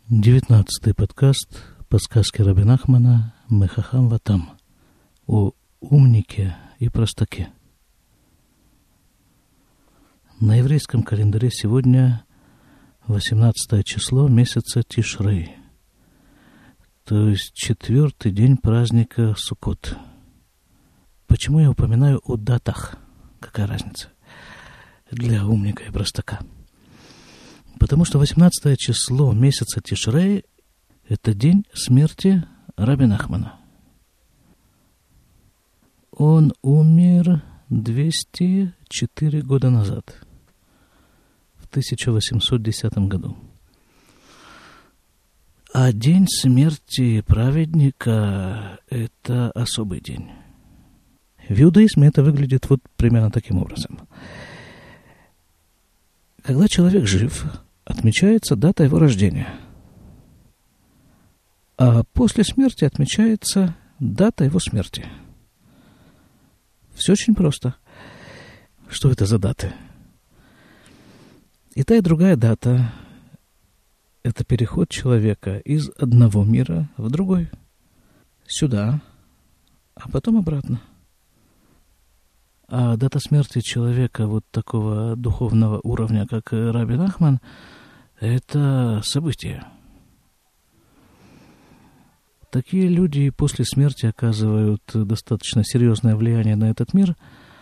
19-й подкаст по сказке Раби Нахмана «Мы хахам ватам» о умнике и простаке. На еврейском календаре сегодня 18 число месяца Тишрей, то есть 4-й день праздника Суккот. Почему я упоминаю о датах? Какая разница для умника и простака? Потому что 18 число месяца Тишрей – это день смерти Раби Нахмана. Он умер 204 года назад, в 1810 году. А день смерти праведника – это особый день. В иудаизме это выглядит вот примерно таким образом. Когда человек жив, отмечается дата его рождения, а после смерти отмечается дата его смерти. Все очень просто. Что это за даты? И та, и другая дата – это переход человека из одного мира в другой. Сюда, а потом обратно. А дата смерти человека вот такого духовного уровня, как Раби Нахман, это событие. Такие люди после смерти оказывают достаточно серьезное влияние на этот мир.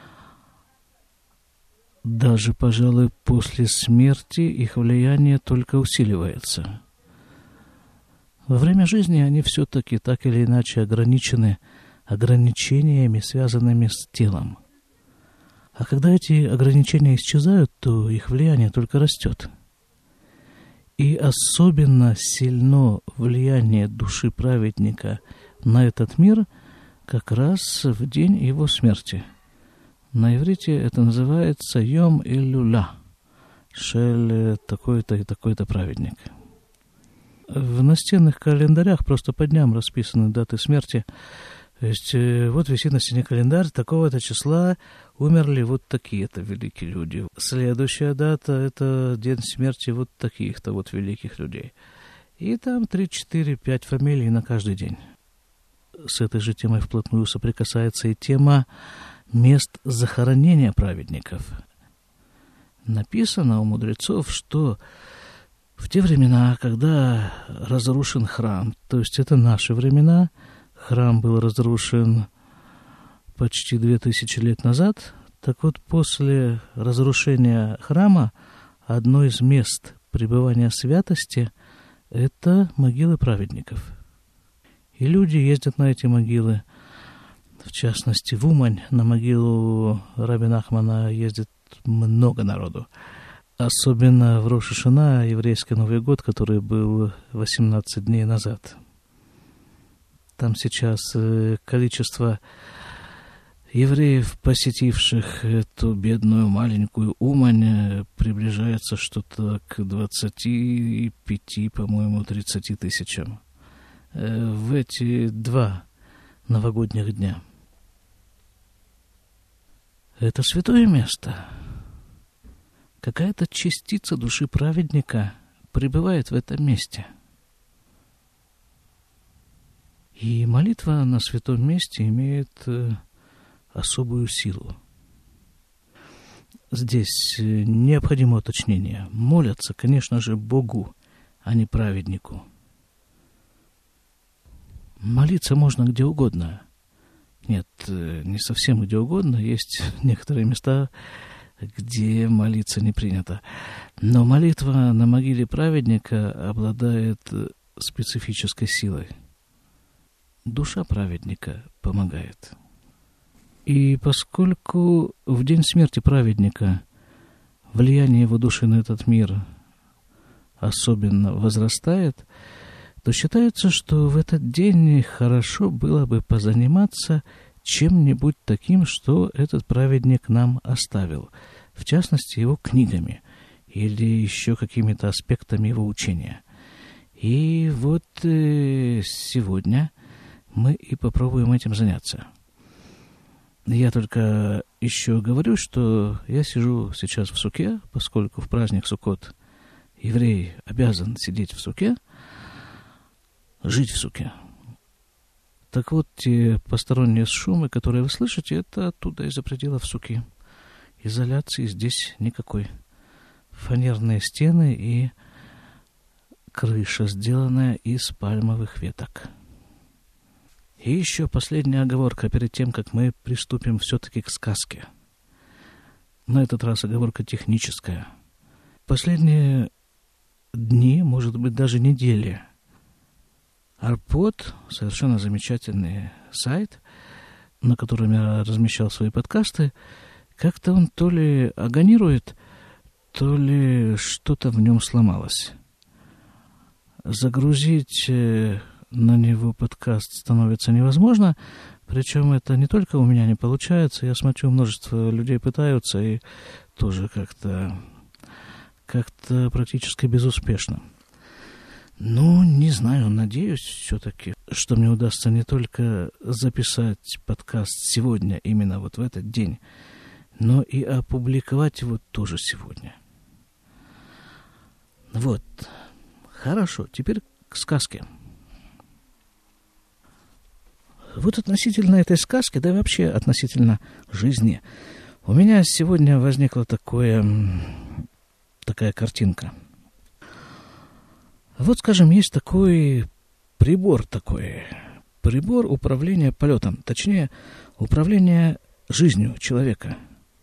Даже, пожалуй, после смерти их влияние только усиливается. Во время жизни они все-таки так или иначе ограничены ограничениями, связанными с телом. А когда эти ограничения исчезают, то их влияние только растет. И особенно сильно влияние души праведника на этот мир как раз в день его смерти. На иврите это называется Йом Илюля, шель такой-то и такой-то праведник. В настенных календарях просто по дням расписаны даты смерти. То есть вот висит на стене календарь, такого-то числа умерли вот такие-то великие люди. Следующая дата – это день смерти вот таких-то вот великих людей. И там 3, 4, 5 фамилий на каждый день. С этой же темой вплотную соприкасается и тема мест захоронения праведников. Написано у мудрецов, что в те времена, когда разрушен храм, то есть это наши времена, храм был разрушен почти 2000 лет назад. Так вот, после разрушения храма одно из мест пребывания святости – это могилы праведников. И люди ездят на эти могилы. В частности, в Умань на могилу Раби Нахмана ездит много народу. Особенно в Рош ха-Шана, еврейский Новый год, который был 18 дней назад. Там сейчас количество евреев, посетивших эту бедную маленькую Умань, приближается что-то к 25, по-моему, 30 тысячам в эти 2 новогодних дня. Это святое место. Какая-то частица души праведника пребывает в этом месте. И молитва на святом месте имеет особую силу. Здесь необходимо уточнение. Молятся, конечно же, Богу, а не праведнику. Молиться можно где угодно. Нет, не совсем где угодно. Есть некоторые места, где молиться не принято. Но молитва на могиле праведника обладает специфической силой. Душа праведника помогает. И поскольку в день смерти праведника влияние его души на этот мир особенно возрастает, то считается, что в этот день хорошо было бы позаниматься чем-нибудь таким, что этот праведник нам оставил, в частности, его книгами или еще какими-то аспектами его учения. И вот сегодня мы и попробуем этим заняться. Я только еще говорю, что я сижу сейчас в суке, поскольку в праздник Суккот еврей обязан сидеть в суке, жить в суке. Так вот, те посторонние шумы, которые вы слышите, это оттуда, из-за пределов суки. Изоляции здесь никакой. Фанерные стены и крыша, сделанная из пальмовых веток. И еще последняя оговорка перед тем, как мы приступим все-таки к сказке. На этот раз оговорка техническая. Последние дни, может быть, даже недели, Арпод, совершенно замечательный сайт, на котором я размещал свои подкасты, как-то он то ли агонирует, то ли что-то в нем сломалось. Загрузить на него подкаст становится невозможно, причем это не только у меня не получается, я смотрю, множество людей пытаются, и тоже как-то практически безуспешно. Ну, не знаю, надеюсь все-таки, что мне удастся не только записать подкаст сегодня, именно вот в этот день, но и опубликовать его тоже сегодня. Вот. Хорошо, теперь к сказке. Вот относительно этой сказки, да и вообще относительно жизни, у меня сегодня возникла такая картинка. Вот, скажем, есть такой прибор управления полетом, точнее, управления жизнью человека.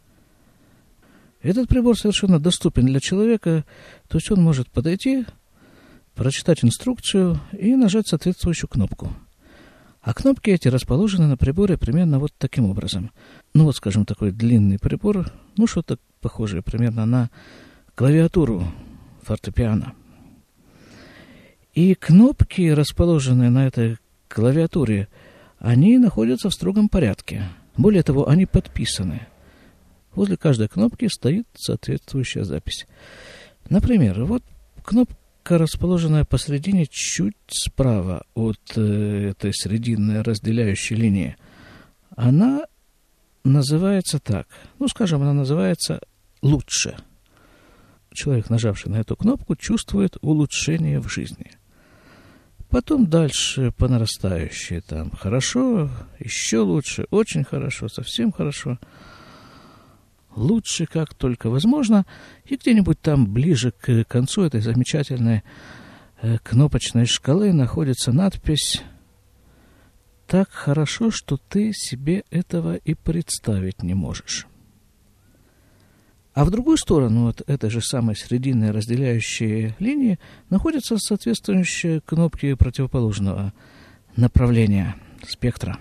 Этот прибор совершенно доступен для человека, то есть он может подойти, прочитать инструкцию и нажать соответствующую кнопку. А кнопки эти расположены на приборе примерно вот таким образом. Ну вот, скажем, такой длинный прибор, ну что-то похожее примерно на клавиатуру фортепиано. И кнопки, расположенные на этой клавиатуре, они находятся в строгом порядке. Более того, они подписаны. Возле каждой кнопки стоит соответствующая запись. Например, вот кнопка, расположенная посередине, чуть справа от этой срединной разделяющей линии, она называется так. Ну, скажем, она называется «лучше». Человек, нажавший на эту кнопку, чувствует улучшение в жизни. Потом дальше по нарастающей, там хорошо, еще лучше, очень хорошо, совсем хорошо, лучше как только возможно, и где-нибудь там ближе к концу этой замечательной кнопочной шкалы находится надпись «Так хорошо, что ты себе этого и представить не можешь». А в другую сторону от этой же самой срединной разделяющей линии находятся соответствующие кнопки противоположного направления спектра.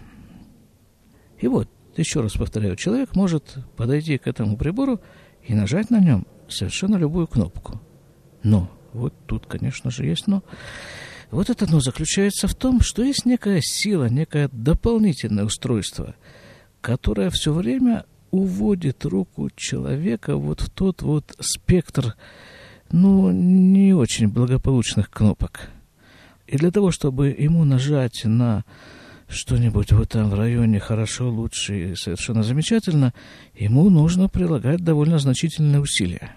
И вот, еще раз повторяю, человек может подойти к этому прибору и нажать на нем совершенно любую кнопку. Но, вот тут, конечно же, есть но. Вот это но заключается в том, что есть некая сила, некое дополнительное устройство, которое все время уводит руку человека вот в тот вот спектр, ну, не очень благополучных кнопок. И для того, чтобы ему нажать на что-нибудь вот там в районе хорошо, лучше и совершенно замечательно, ему нужно прилагать довольно значительные усилия.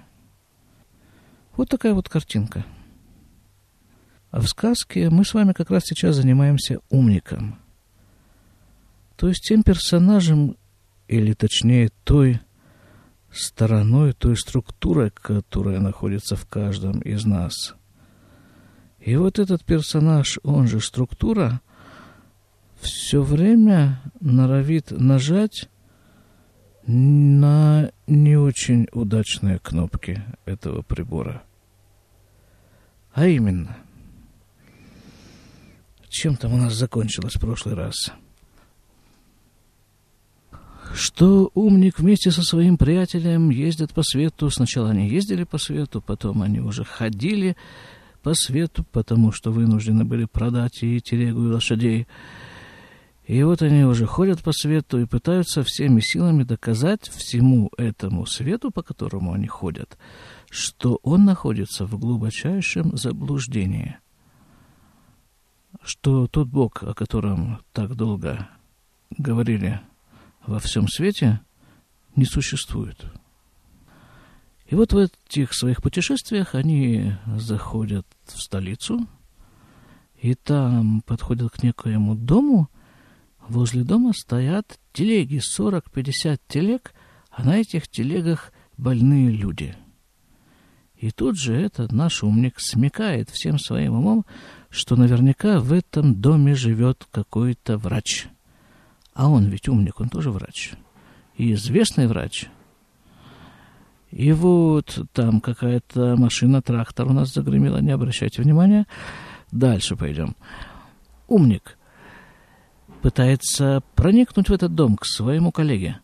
Вот такая вот картинка. А в сказке мы с вами как раз сейчас занимаемся умником. То есть тем персонажем, или точнее той стороной, той структурой, которая находится в каждом из нас. И вот этот персонаж, он же структура, все время норовит нажать на не очень удачные кнопки этого прибора. А именно, чем там у нас закончилось в прошлый раз? Что умник вместе со своим приятелем ездит по свету. Сначала они ездили по свету, потом они уже ходили по свету, потому что вынуждены были продать и телегу, и лошадей. И вот они уже ходят по свету и пытаются всеми силами доказать всему этому свету, по которому они ходят, что он находится в глубочайшем заблуждении. Что тот Бог, о котором так долго говорили во всем свете, не существует. И вот в этих своих путешествиях они заходят в столицу И там подходят к некоему дому, возле дома стоят телеги, 40-50 телег, а на этих телегах больные люди. И тут же этот наш умник смекает всем своим умом, что наверняка в этом доме живет какой-то врач. А он ведь умник, он тоже врач. И известный врач. И вот там какая-то машина, трактор у нас загремела, не обращайте внимания. Дальше пойдем. Умник пытается проникнуть в этот дом к своему коллеге,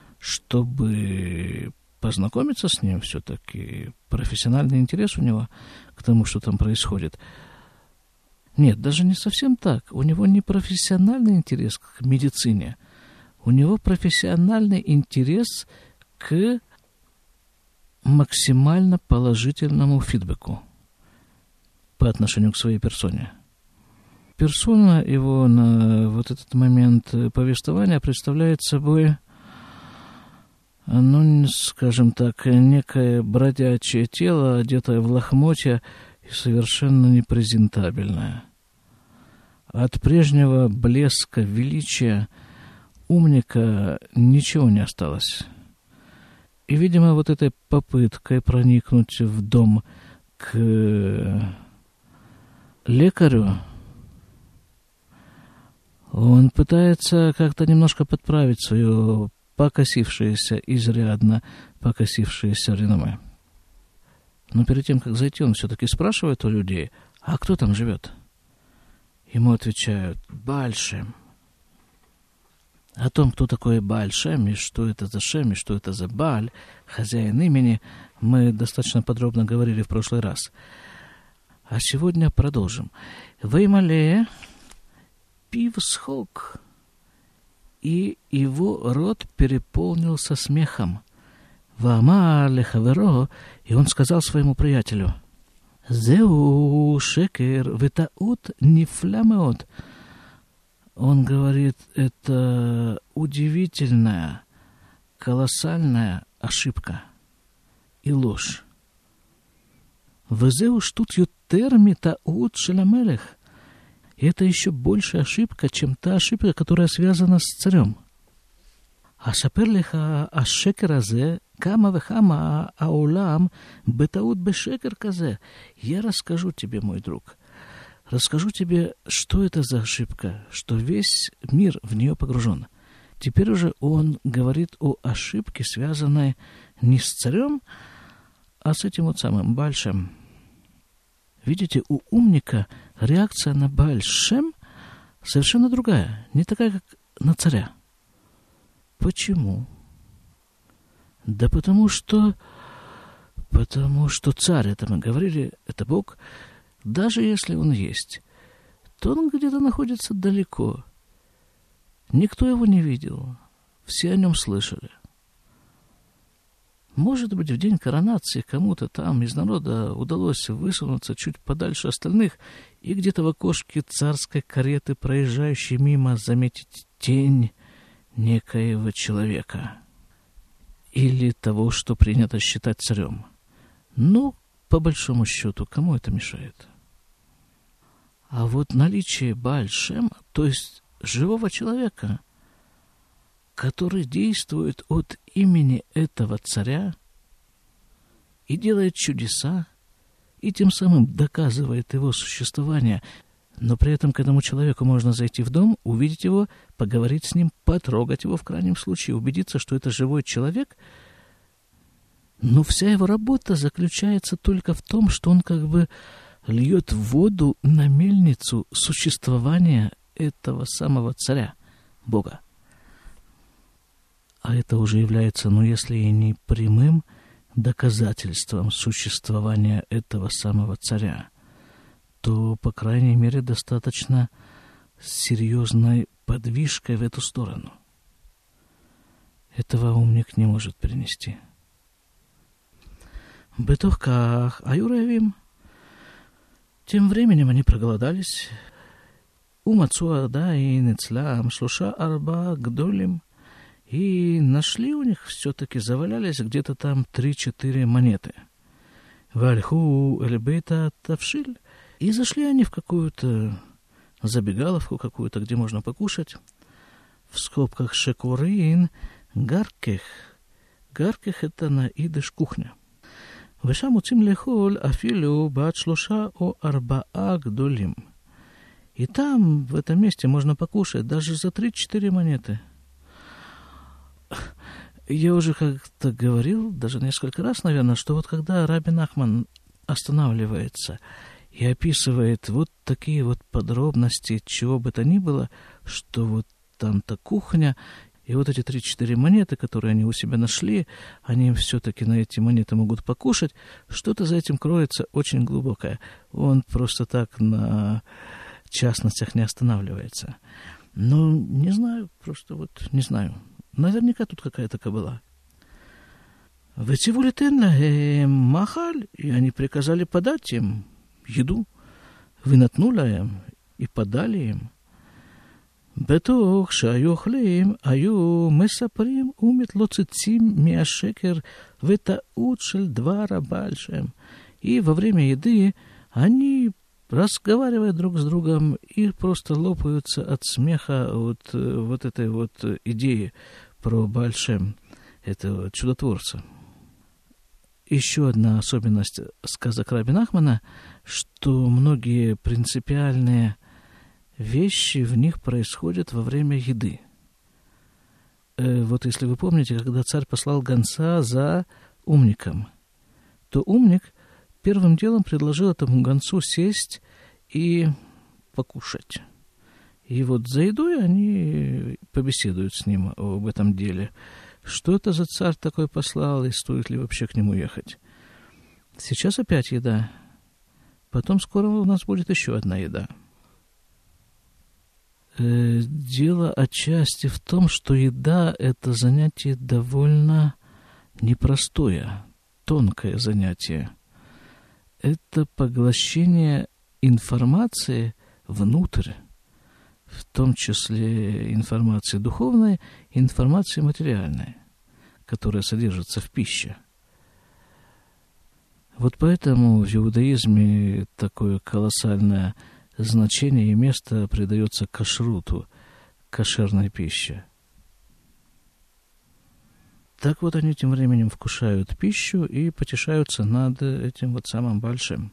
чтобы познакомиться с ним, все-таки профессиональный интерес у него к тому, что там происходит. Нет, даже не совсем так. У него не профессиональный интерес к медицине, у него профессиональный интерес к максимально положительному фидбэку по отношению к своей персоне. Персона его на вот этот момент повествования представляет собой, ну, скажем так, некое бродячее тело, одетое в лохмотья и совершенно непрезентабельное. От прежнего блеска, величия умника ничего не осталось. И, видимо, вот этой попыткой проникнуть в дом к лекарю, он пытается как-то немножко подправить свое изрядно покосившееся реноме. Но перед тем, как зайти, он все-таки спрашивает у людей, а кто там живет? Ему отвечают, Бааль-Шем. О том, кто такой Бааль-Шем, и что это за Шем, и что это за Бааль, хозяин имени, мы достаточно подробно говорили в прошлый раз. А сегодня продолжим. Веймале пивсхок, и его рот переполнился смехом. Ваамар лехаверо, и он сказал своему приятелю, Зеу шекер ветаут нифля меот. Он говорит, это удивительная, колоссальная ошибка и ложь. Везеу штут ютер митаут шеламелех. И это еще большая ошибка, чем та ошибка, которая связана с царем. Ашаперлиха ашекер азе кама вехама аулам бетаут бешекер казе. Я расскажу тебе, мой друг, расскажу тебе, что это за ошибка, что весь мир в нее погружен. Теперь уже он говорит о ошибке, связанной не с царем, а с этим вот самым Бааль-Шем. Видите, у умника реакция на Бааль-Шем совершенно другая, не такая, как на царя. Почему? Да потому что царь, это мы говорили, это Бог, даже если он есть, то он где-то находится далеко. Никто его не видел, все о нем слышали. Может быть, в день коронации кому-то там из народа удалось высунуться чуть подальше остальных и где-то в окошке царской кареты, проезжающей мимо, заметить тень некоего человека или того, что принято считать царем. Ну, по большому счету, кому это мешает? А вот наличие Бааль-Шема, то есть живого человека, который действует от имени этого царя и делает чудеса, и тем самым доказывает его существование, но при этом к этому человеку можно зайти в дом, увидеть его, поговорить с ним, потрогать его в крайнем случае, убедиться, что это живой человек, но вся его работа заключается только в том, что он как бы льет воду на мельницу существования этого самого царя, Бога. А это уже является, ну, если и не прямым доказательством существования этого самого царя, то, по крайней мере, достаточно серьезной подвижкой в эту сторону. Этого умник не может принести. Бетохках аюревим. Тем временем они проголодались. Умацуа да и нецлам шлуша арба гдолим. И нашли у них, все-таки завалялись где-то там 3-4 монеты. Вальху эльбейта тавшиль. И зашли они в какую-то забегаловку какую-то, где можно покушать. В скобках шекурин гаркех. Гаркех — это на идыш кухня. ושם רוצים לאכול אפילו בעד 3 או 4 גדולים. И там, в этом месте, можно покушать даже за 3-4 монеты. Я уже как-то говорил, даже несколько раз, наверное, что вот когда Раби Нахман останавливается и описывает вот такие вот подробности, чего бы то ни было, что вот там-то кухня, и вот эти 3-4 монеты, которые они у себя нашли, они все-таки на эти монеты могут покушать, что-то за этим кроется очень глубокое. Он просто так на частностях не останавливается. Но не знаю, просто вот не знаю. Наверняка тут какая-то кабала. «Вециву литен лаhem махаль», и они приказали подать им еду. «Винатну лаhem», и подали им. «Бетох שהיו אוכלים, היו מספרים ומתלוצצים מהשקר וטעות של דבר הבעל שם». И во время еды они разговаривают друг с другом и просто лопаются от смеха от вот этой вот идеи про Бааль Шем, этого чудотворца. Еще одна особенность сказок Раби Нахмана, что многие принципиальные вещи в них происходят во время еды. Вот если вы помните, когда царь послал гонца за умником, то умник первым делом предложил этому гонцу сесть и покушать. И вот за едой они побеседуют с ним об этом деле. Что это за царь такой послал, и стоит ли вообще к нему ехать? Сейчас опять еда. Потом скоро у нас будет еще одна еда. Дело отчасти в том, что еда – это занятие довольно непростое, тонкое занятие. Это поглощение информации внутрь, в том числе информации духовной и информации материальной, которая содержится в пище. Вот поэтому в иудаизме такое колоссальное значение и место придается кашруту, кошерной пище. Так вот они тем временем вкушают пищу и потешаются над этим вот самым Бааль Шем.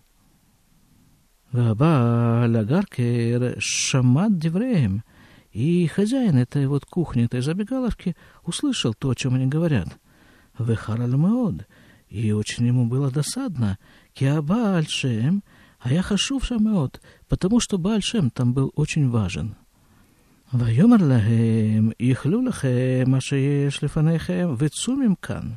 «Вабааль агаркер шамат дивреем». И хозяин этой вот кухни, этой забегаловки, услышал то, о чем они говорят. «Вехараль меод». И очень ему было досадно. «Ки Бааль Шем, а я хашув шамеод», потому что Бааль Шем там был очень важен. «Вайомар лахем, ихлю лахем, ашееш лефанехем, вецумим кан».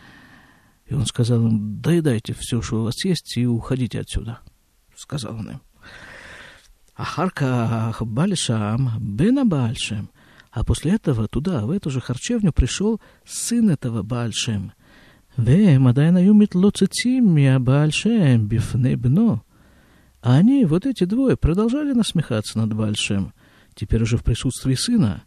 И он сказал им: доедайте все, что у вас есть, и уходите отсюда. Сказал он им. «Ахарках Бааль Шам бен Бааль Шем». А после этого туда, в эту же харчевню, пришел сын этого Бааль Шем. «Вем адайн аю митлоцецим миа Бааль Шем бифней бно». А они, вот эти двое, продолжали насмехаться над Бааль Шем, теперь уже в присутствии сына.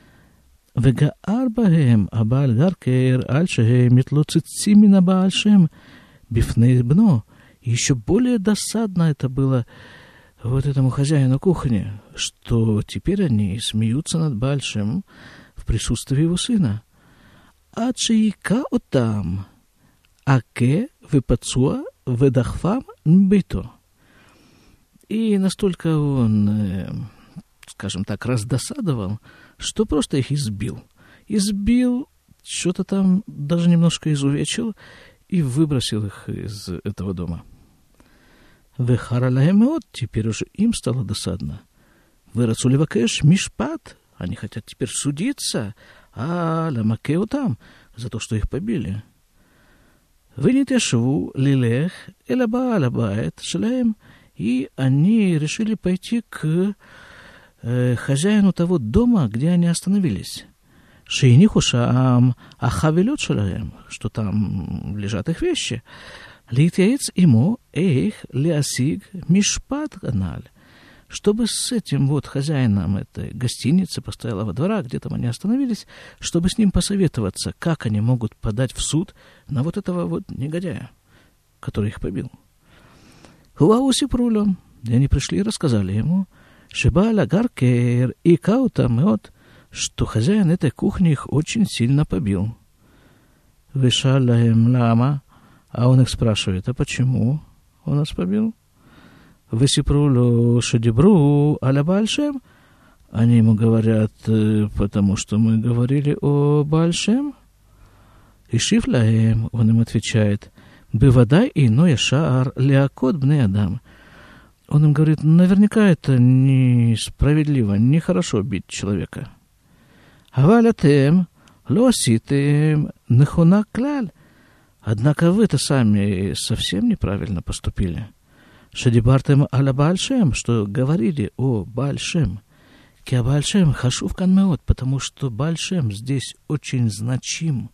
«Вегаар баhem абааль гаркер аль шеhem митлоцецим миа Бааль Шем бифней бно». Еще более досадно это было вот этому хозяину кухни, что теперь они смеются над Бааль Шем в присутствии его сына. «Ачиика отам, аке вепацуа ведахфам нбито». И настолько он, скажем так, раздосадовал, что просто их избил. Избил, что-то там даже немножко изувечил и выбросил их из этого дома. «Вехаралаемеот», теперь уже им стало досадно. «Вырацулевакеш мишпат», они хотят теперь судиться, а ламакео там, за то, что их побили. «Вынитешву лилех элаба алабаэт шелаем», и они решили пойти к хозяину того дома, где они остановились. «Шейниху шаам ахавелет шелаем», что там лежат их вещи. «Литяец имо эйх леасиг мишпат каналь», чтобы с этим вот хозяином этой гостиницы, постоялого двора, где там они остановились, чтобы с ним посоветоваться, как они могут подать в суд на вот этого вот негодяя, который их побил. «Хуауси прулем», и они пришли и рассказали ему, Шибаля гаркер и каута мед, что хозяин этой кухни их очень сильно побил. Вышалаем лама, а он их спрашивает, а почему он нас побил? Высипрулю шедибру аля Бааль-Шем. Они ему говорят, потому что мы говорили о Бааль-Шем. И шифлаем, он им отвечает, бывадай иной шаар леакот бне адам. Он им говорит, наверняка это несправедливо, нехорошо бить человека. Авалятем, лоситем, нехуна кляль. Однако вы-то сами совсем неправильно поступили. Шадибартем аля Бааль-Шем, что говорили о Бааль-Шем. Ки Бааль-Шем хашув кан меот, потому что Бааль-Шем здесь очень значим.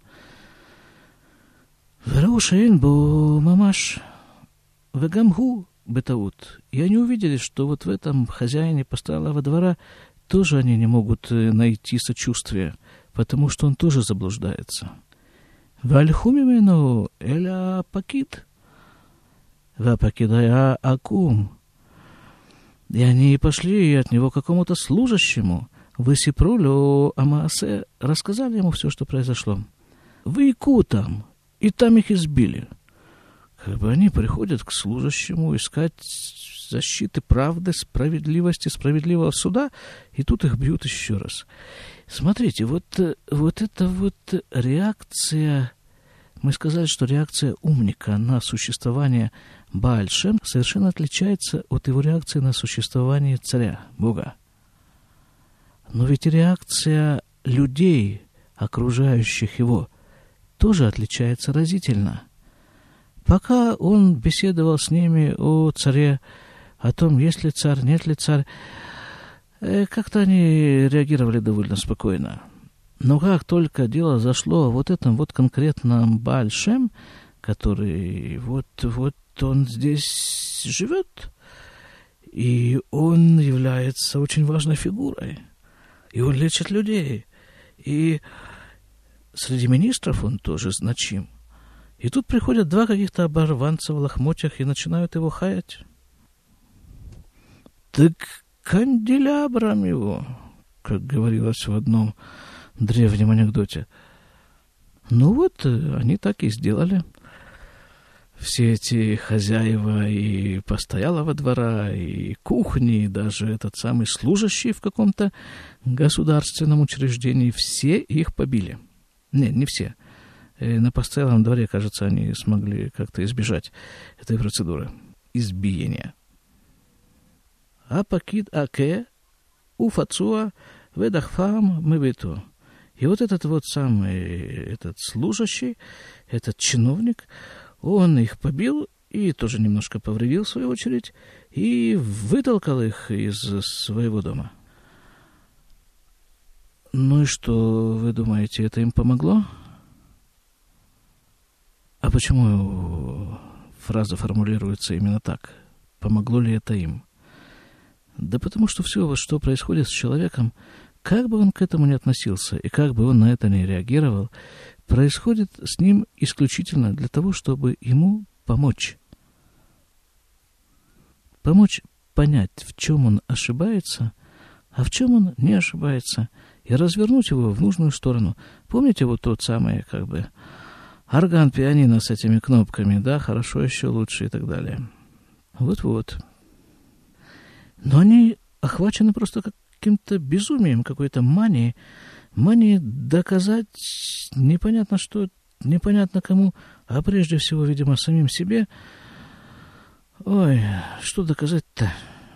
Вераушаин бу мамаш вегамгу бетаут. И они увидели, что вот в этом хозяине постоялого двора тоже они не могут найти сочувствия, потому что он тоже заблуждается. Вальхумимену эля пакит. Вапакидая акум. И они пошли от него к какому-то служащему. Высипрулю амаасе. Рассказали ему все, что произошло. Выйку там. И там их избили. Как бы они приходят к служащему искать защиты правды, справедливости, справедливого суда, и тут их бьют еще раз. Смотрите, вот эта вот реакция, мы сказали, что реакция умника на существование Бааль-Шем совершенно отличается от его реакции на существование царя, Бога. Но ведь реакция людей, окружающих его, тоже отличается разительно. Пока он беседовал с ними о царе, о том, есть ли царь, нет ли царь, как-то они реагировали довольно спокойно. Но как только дело зашло о вот этом вот конкретном Бааль-Шем, который вот он здесь живет, и он является очень важной фигурой, и он лечит людей, и среди министров он тоже значим. И тут приходят два каких-то оборванца в лохмотьях и начинают его хаять. Так канделябром его, как говорилось в одном древнем анекдоте. Ну вот, они так и сделали. Все эти хозяева и постоялого двора, и кухни, и даже этот самый служащий в каком-то государственном учреждении, все их побили. Не все. На постоялом дворе, кажется, они смогли как-то избежать этой процедуры избиения. А пакид аке уфацуа ведахфам мыбиту. И вот этот вот самый, этот служащий, этот чиновник, он их побил и тоже немножко повредил, в свою очередь, и вытолкал их из своего дома. Ну и что, вы думаете, это им помогло? А почему фраза формулируется именно так? Помогло ли это им? Да потому что все, что происходит с человеком, как бы он к этому ни относился и как бы он на это ни реагировал, происходит с ним исключительно для того, чтобы ему помочь. Помочь понять, в чем он ошибается, а в чем он не ошибается, и развернуть его в нужную сторону. Помните вот тот самый, как бы, орган-пианино с этими кнопками, да, хорошо, еще лучше и так далее. Вот-вот. Но они охвачены просто каким-то безумием, какой-то манией доказать непонятно что, непонятно кому, а прежде всего, видимо, самим себе. Ой, что доказать-то?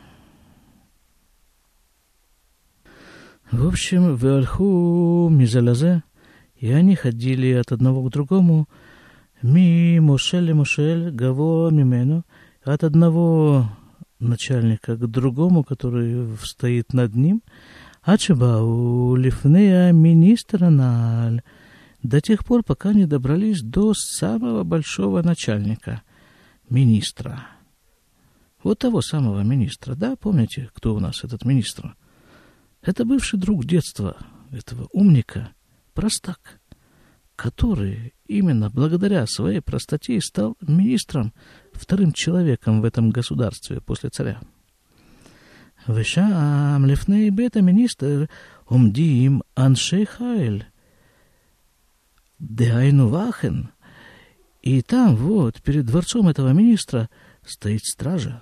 В общем, веальху мизалязе, и они ходили от одного к другому, ми мошель гаво мимену, от одного начальника к другому, который стоит над ним, ачебау лифнея министра наль, до тех пор, пока не добрались до самого большого начальника, министра. Вот того самого министра, да, помните, кто у нас этот министр? Это бывший друг детства этого умника, простак, который именно благодаря своей простоте стал министром, вторым человеком в этом государстве после царя. ושם לפני בית המיניסטר עומדים אנשי חיל. דהיינו вахен. И там вот, перед дворцом этого министра, стоит стража.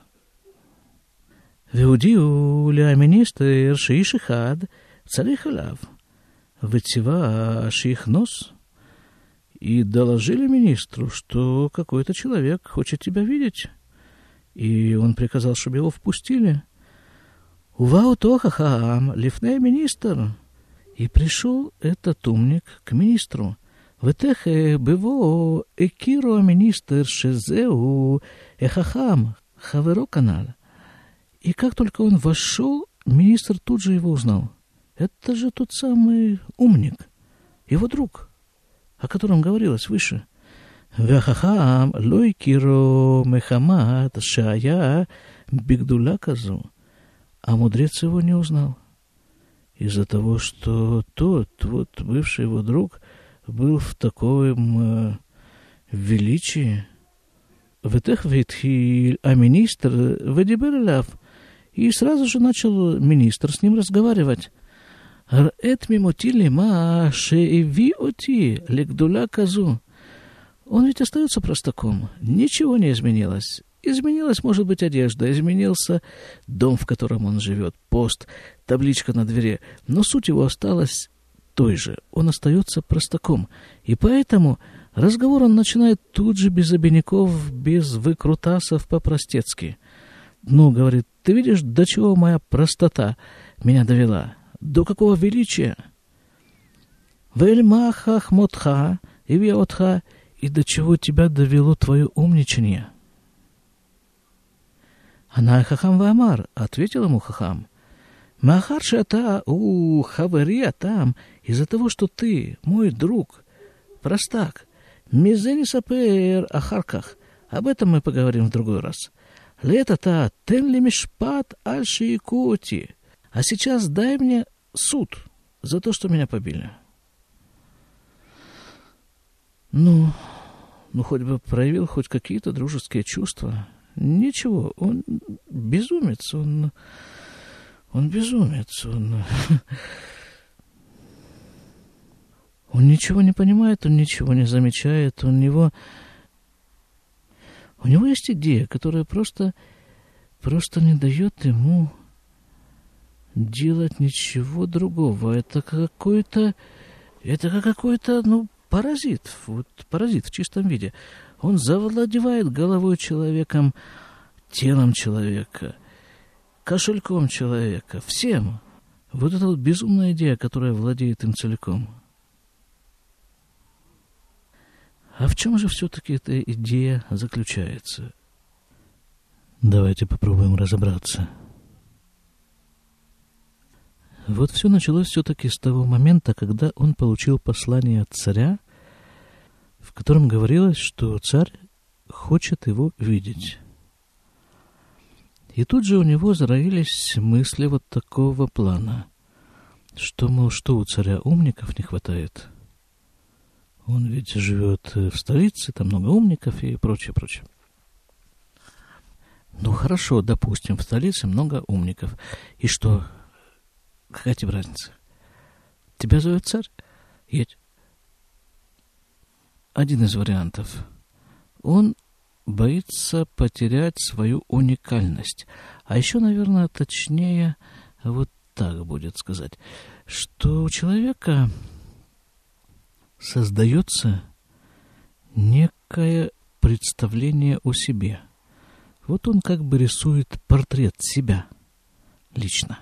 והודיעו למиניסטר שאיש אחד צריך עליו, וציווה שיכנוס. И доложили министру, что какой-то человек хочет тебя видеть. И он приказал, чтобы его впустили. Ува אותו חכם לפני министр. И пришел этот умник к министру. ותכף בבוא הכירו המиניסטר שזהו החכם, חברו כנ"ל. И как только он вошел, министр тут же его узнал. Это же тот самый умник, его друг, о котором говорилось выше. והחכם לא הכירו מחמת שהיה בגדולה כזו. А мудрец его не узнал. Из-за того, что тот, вот бывший его друг, был в таком величии. ותכף התחיל המиניסטר ודיבר אליו. И сразу же начал министр с ним разговаривать. ראה תמימותי למה שהביא אותי לגדולה כזו. Он ведь остается простаком. Ничего не изменилось. Изменилась, может быть, одежда, изменился дом, в котором он живет, пост, табличка на двери. Но суть его осталась той же. Он остается простаком. И поэтому разговор он начинает тут же, без обиняков, без выкрутасов, по-простецки. Ну, говорит, ты видишь, до чего моя простота меня довела? До какого величия? Вельма хахмотха и виотха, и до чего тебя довело твое умничание? Ана хахам ваамар, ответил ему хахам. Махар шата у хавария там, из-за того, что ты, мой друг, простак, мизени сапер ахарках, об этом мы поговорим в другой раз. Лето-то тен ли мишпат аль-шиикути, а сейчас дай мне суд за то, что меня побили. Ну, хоть бы проявил хоть какие-то дружеские чувства. Ничего, он безумец, он безумец, он ничего не понимает, он ничего не замечает, у него есть идея, которая просто не дает ему делать ничего другого. Это какой-то, паразит, вот паразит в чистом виде. Он завладевает головой человеком, телом человека, кошельком человека, всем. Вот это вот безумная идея, которая владеет им целиком. А в чем же все-таки эта идея заключается? Давайте попробуем разобраться. Вот все началось все-таки с того момента, когда он получил послание от царя, в котором говорилось, что царь хочет его видеть. И тут же у него зароились мысли вот такого плана, что, мол, что у царя умников не хватает. Он ведь живет в столице, там много умников и прочее. Ну хорошо, допустим, в столице много умников. И что? Какая тебе разница? Тебя зовет царь? Едь. Один из вариантов. Он боится потерять свою уникальность. А еще, наверное, точнее, вот так будет сказать, что у человека создается некое представление о себе. Вот он как бы рисует портрет себя лично.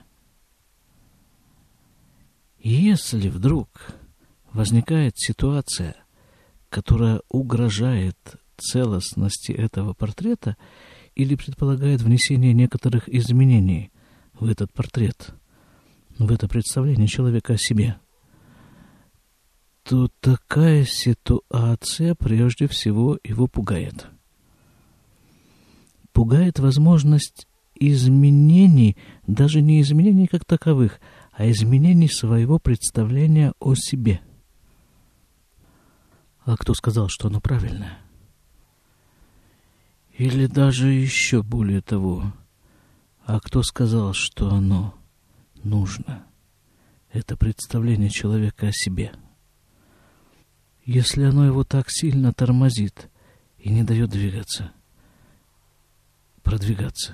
И если вдруг возникает ситуация, которая угрожает целостности этого портрета или предполагает внесение некоторых изменений в этот портрет, в это представление человека о себе, то такая ситуация прежде всего его пугает. Пугает возможность изменений, даже не изменений как таковых, а изменений своего представления о себе. А кто сказал, что оно правильное? Или даже еще более того, А кто сказал, что оно нужно? Это представление человека о себе. Если оно его так сильно тормозит и не дает продвигаться.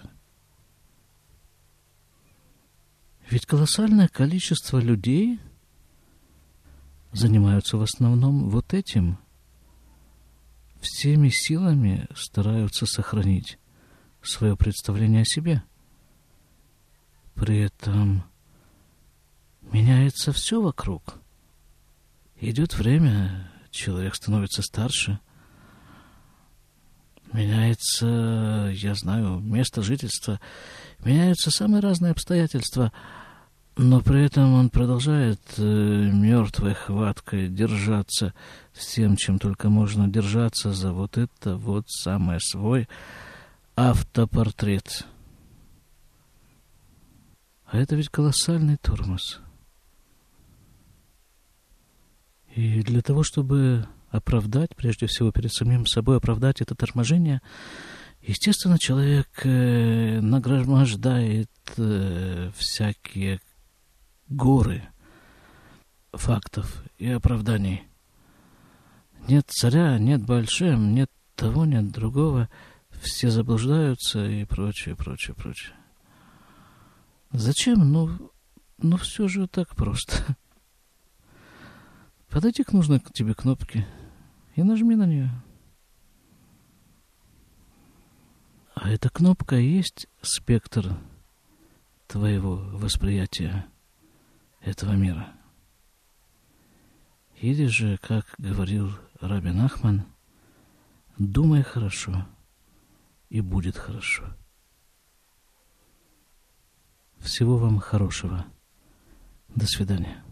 Ведь колоссальное количество людей занимаются в основном вот этим. Всеми силами стараются сохранить свое представление о себе. При этом меняется все вокруг. Идет время, человек становится старше. Меняется, я знаю, место жительства. Меняются самые разные обстоятельства. Но при этом он продолжает мертвой хваткой держаться всем, чем только можно держаться за вот это вот самое свой автопортрет. А это ведь колоссальный тормоз. И для того, чтобы оправдать, прежде всего перед самим собой, оправдать это торможение, естественно, человек нагромождает всякие горы фактов и оправданий. Нет царя, нет большим, нет того, нет другого. Все заблуждаются и прочее. Зачем? Ну все же так просто. Подойди к нужной тебе кнопке и нажми на нее. А эта кнопка и есть спектр твоего восприятия этого мира. Или же, как говорил Раби Нахман, думай хорошо, и будет хорошо. Всего вам хорошего. До свидания.